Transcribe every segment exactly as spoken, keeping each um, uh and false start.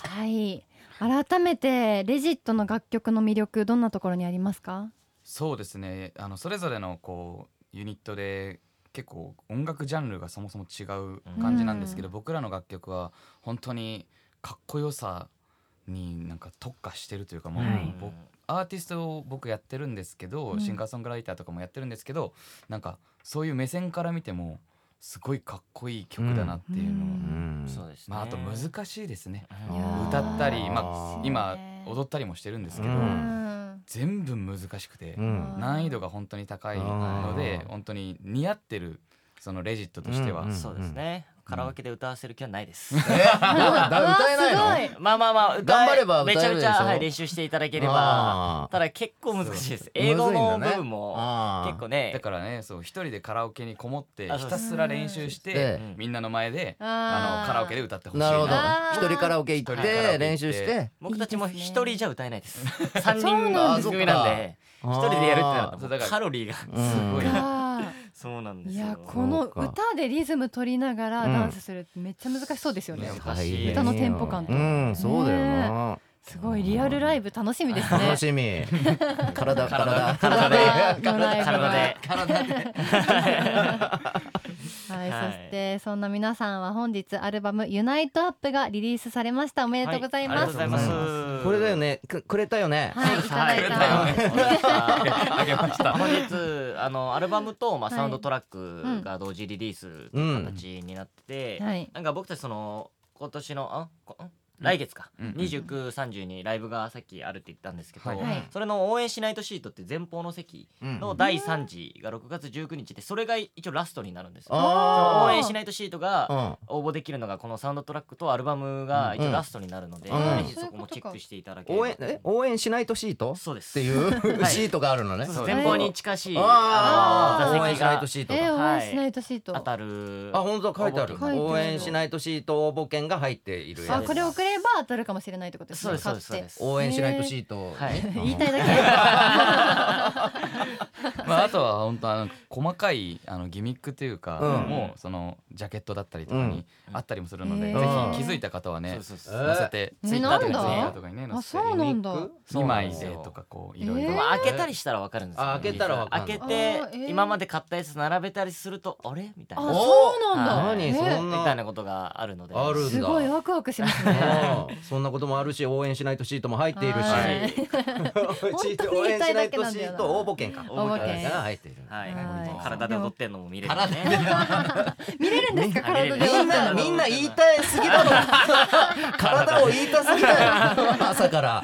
はい、改めてレジットの楽曲の魅力どんなところにありますか？ そうですね、あのそれぞれのこうユニットで結構音楽ジャンルがそもそも違う感じなんですけど、 うん僕らの楽曲は本当にかっこよさになんか特化してるというか、もう、 はい、 僕アーティストを僕やってるんですけど、 うん、 シンガーソングライターとかもやってるんですけど、なんかそういう目線から見てもすごいかっこいい曲だなっていうのを、 うんうんそうですね。 まあ、あと難しいですね。 うんいやー歌ったり、まあ、 そう今ね踊ったりもしてるんですけど、 ううんん全部難しくて、 うん難易度が本当に高いので、 あー本当に似合ってるそのレジットとしては、 うんうんそうですね。カラオケで歌わせる気はないです。 えどうだ歌えないの？ うわすごいまあまあまあ歌頑張れば歌えるでしょめちゃめちゃ、はい、練習していただけれあば。 ーただ結構難しいです。 む英語のずいんだね部分もあー結構ね。 だからね、そう一人でカラオケにこもってあそうですひたすら練習して、 うんみんなの前であーあのカラオケで歌ってほしいなるほどあー一人カラオケ行っ一人カラオケ行ってて練習して僕たちもいいですね一人じゃ歌えないです。三そう人なんです組なんであー一人でやるってなるともうそうだからカロリーがうんすごい。 かそうなんですいよ。 やこのそうか歌でリズム取りながらうんダンスするってめっちゃ難しそうですよね。 ね大変よ歌のテンポ感とうんそうだよなすごいリアルライブ楽しみですね。 楽しみ体体体で体のライブが体で体ではい、 はいそしてそんな皆さんは本日アルバムユナイトアップがリリースされました。おめでとうございます。 はいありがとうございます。 これだよねくくれたよねはい、いただいた。 あげました本日あのアルバムと、まあ、 はいサウンドトラックが同時リリースという形になってて、 はいなんか僕たちその今年のあこん来月か、 うんにじゅうく、さんじゅうにライブがさっきあるって言ったんですけど、 はいはいそれの応援しないとシートって前方の席のだいさん次がろくがつじゅうくにちで、それが一応ラストになるんですよ。その応援しないとシートが応募できるのがこのサウンドトラックとアルバムが一応ラストになるので、 うんぜひそこもチェックしていただければと。 応援え応援しないとシートそうですっていうはいシートがあるのねそうそう前方に近しいああの座席がー応援しないとシートえー、 だ応援しないとシート。 当たる。 あ本当書いてある書いてある応援しないとシート応募券が入っているやあ、 つこれ送れば当たるかもしれないってことですね。 そうですそうですそうです応援しないとシートはい言いたいだけ。 まあ、あとは本当あの細かいあのギミックというか、 うんもうそのジャケットだったりとかにあったりもするので、 うんぜうんひ気づいた方はね、 そうそうそう載せてえツイッターとかなんだツイッターとかにね載あ、 せてそうなんだ。 にまいでとかこういろいろ、 えーまあ開けたりしたらわかるんですよ、ね。 あ開けたらわかる開けあーて、 えー今まで買ったやつ並べたりするとあれみたいあ、 なそうなんだ。 はい何えそんなみたいなことがあるので。 あるんだすごいワクワクしますね。 うんそんなこともあるし応援しないとシートも入っているしはいシート応援しないとシート応募券か応募券が入っているはい、 はい体で踊ってんのも見れるんでね。 見れるんですか、体で。 みんなみんな言いたいすぎだろ体を言いたすぎだよ朝から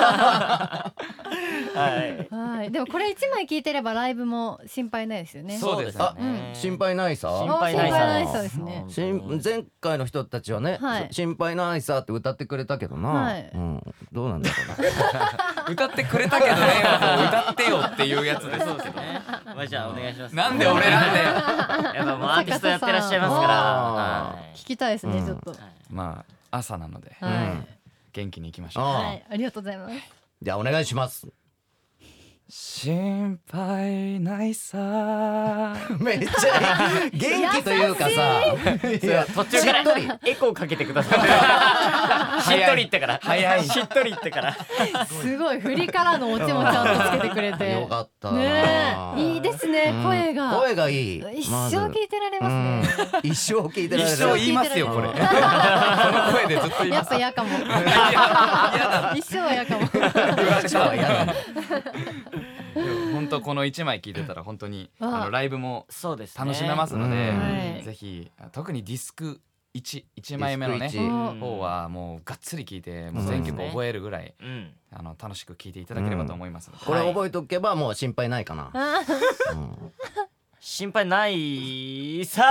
はい。 はい、でもこれ一枚聞いてればライブも心配ないですよね。 そうですあね。 心配ないさ心配ない心配ないささですねしん前回の人たちはね、 はい心配ないさって歌ってくれたけどな、 はいうん、どうなんだろうな歌ってくれたけどね歌ってよっていうやつですそうですね。まあじゃあお願いします。 なんで俺なんだよやっぱもうアーティストやってらっしゃいますから。 あはい聞きたいですね、 うんちょっと。 まあ朝なのではい、 うん元気にいきましょう。 ああはい、ありがとうございます。 じゃあお願いします心配ないさめっちゃ元気というかさいや途中からしっとりエコーかけてください。しっとり言ってから。 早いしっとり言ってから。 すごい振りからのオチもちゃんとつけてくれて。 よかったなねえ、いいですね、 うん声が。 声がいい一まず生聞いてられますね。 うん一生聞いてられる一生言いますよこれこの声でずっと言いやっますぱ嫌かも。一生は嫌かも。 一生は嫌なんだ本当このいちまい聞いてたら本当にあああのライブもそうですね。 楽しめますので、 うんはいぜひ特にディスクいち、いちまいめのねディスクうん方はもうがっつり聞いてもう全曲覚えるぐらい、 うん。 あの楽しく聞いていただければと思いますので、 これ覚えとけばもう心配ないかな、 あうん心配ないさ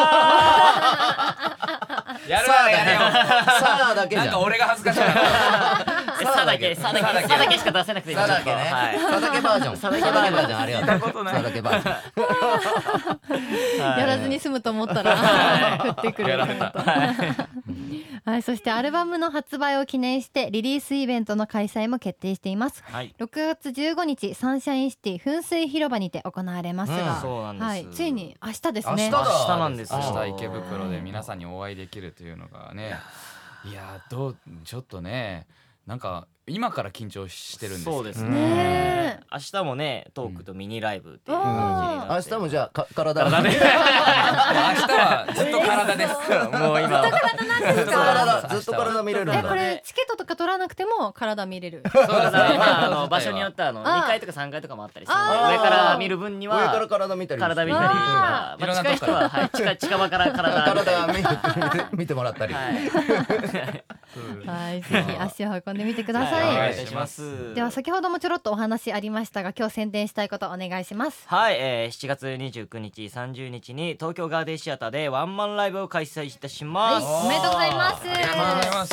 やるわやれよさあだけじゃんなんか俺が恥ずかしいなー。さだけ、さだけ、さだけしか出せなくていい。 さだけねはい。 さだけバージョンさだけバージョンさだけバージョンありがとう聞いたことないさだけバージョンやらずに済むと思ったら降ってくるやられたはい、そしてアルバムの発売を記念してリリースイベントの開催も決定しています。 はい。 ろくがつじゅうごにちサンシャインシティ噴水広場にて行われますうんが、 そうなんです。 はい、ついに明日ですね。 明日だ明日なんですよ。 明日池袋で皆さんにお会いできるというのがねいやどうちょっとねなんか今から緊張してるんですよ。 そうですねね。明日もねトークとミニライブっていう感じになって、 明日もじゃあか体体で明日はずっと体です。 もう今ずっと体ずっと体見れるんだ。 えこれチケットとか取らなくても体見れる。 そうですね。 まああの場所によってはあのあーにかいとかさんがいとかもあったりするあーので、上から見る分に上からは体見たり体見たりとか、 あーまあ近い人ははい近近場から体見たり体見て見てもらったり。 はいはい、ぜひ足を運んでみてください。 はいおは願いします。 では先ほどもちょろっとお話ありましたが、今日宣伝したいことお願いします。 はい、えー、しちがつにじゅうくにちさんじゅうにちに東京ガーデンシアターでワンマンライブを開催いたします。 はいおめでとうございますありがとうございます。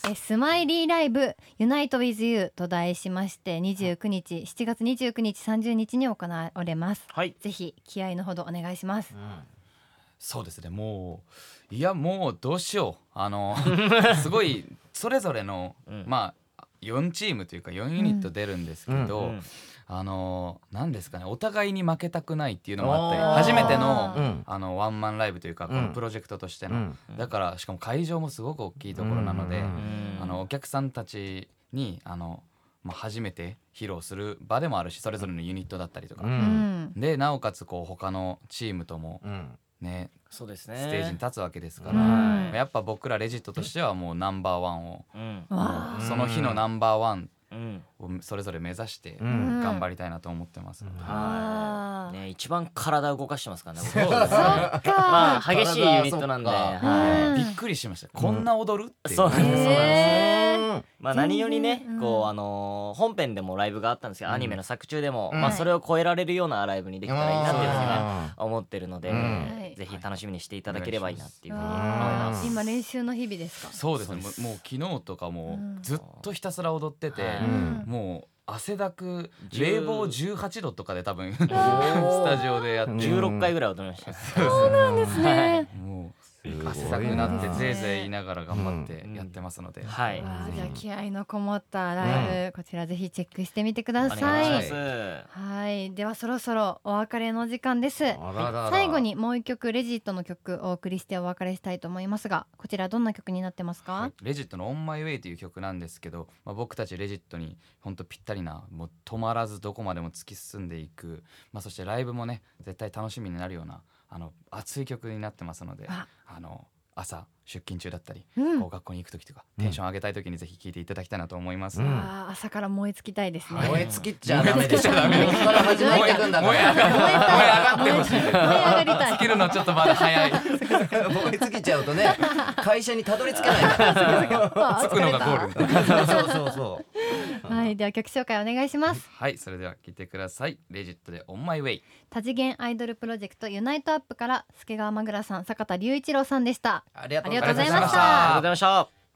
えスマイリーライブユナイト with you と題しましてにじゅうくにちしちがつにじゅうくにちさんじゅうにちに行われます。 はい。 ぜひ気合のほどお願いします。 そうですね。もういやもうどうしよう。あのすごいそれぞれの、 うんまあよんチームというかよんユニット出るんですけど、 うんあのなんですかね、お互いに負けたくないっていうのもあったり、 あー初めての、 うんあのワンマンライブというかこのプロジェクトとしての、 うんだからしかも会場もすごく大きいところなので、 うんうんあのお客さんたちにあの、まあ、初めて披露する場でもあるし、それぞれのユニットだったりとか、 ううんん、 でなおかつこう他のチームともうんねそうですね。 ステージに立つわけですかうら、 んやっぱ僕らレジットとしてはもうナンバーワンを、 うんわあその日のナンバーワンうん。 をそれぞれ目指してうん頑張りたいなと思ってます、 うんあーね一番体動かしてますからね。僕そうですねそっか、 まあ激しいユニットなんで、 そっかはうんびっくりしました、こんな踊るっていう、 そうなんですそうなんですへーうんい。まあ何よりね全然、 こうあのー本編でもライブがあったんですけど、 うんアニメの作中でも、 うんまあそれを超えられるようなライブにできたらいいなっていうふうにねあ思ってるので、 うんぜひ楽しみにしていただければいいなっていうふうに思いあます。 ー今練習の日々ですか。 そうですね、 そうですもうもう昨日とかもうんずっとひたすら踊ってて、 はいうんもう汗だくじゅう冷房じゅうはちどとかで多分スータジオでやって、 じゅうろっかいぐらい踊りました。 そうなんですね。 もうすごいな汗だくになってぜいぜい言いながら頑張ってうんやってますので、 はい。 わあじゃあ気合のこもったライブ、こちらぜひチェックしてみてくだおさい。 願いします。 はい、ではそろそろお別れの時間です。 あららら最後にもう一曲レジットの曲をお送りしてお別れしたいと思いますが、こちらどんな曲になってますか？ はいレジットの On My Way という曲なんですけど、まあ、僕たちレジットに本当ぴったりな、もう止まらずどこまでも突き進んでいく、まあ、そしてライブもね絶対楽しみになるようなあの熱い曲になってますので、 ああの朝出勤中だったり、 うんこう学校に行く時とかテンション上げたい時にぜひ聴いていただきたいなと思います、 うんあー朝から燃え尽きたいですね。 燃え尽きちゃダメでしょ。ここから始まっていくんだか燃え上ら。 が燃え上がってほしい。 燃え上がりたい尽きるのちょっとまだ早い。 燃え尽きちゃうとね、会社にたどり着けないから。 あー着くのがゴール。 そうそうそう。 はい、では曲紹介お願いします。 はい、それでは聴いてください。レジットで On My Way。 多次元アイドルプロジェクトユナイトアップから助川まぐらさん、坂田隆一郎さんでした。 ありがとうありがとうございましたありがとうございましたありがとうございました。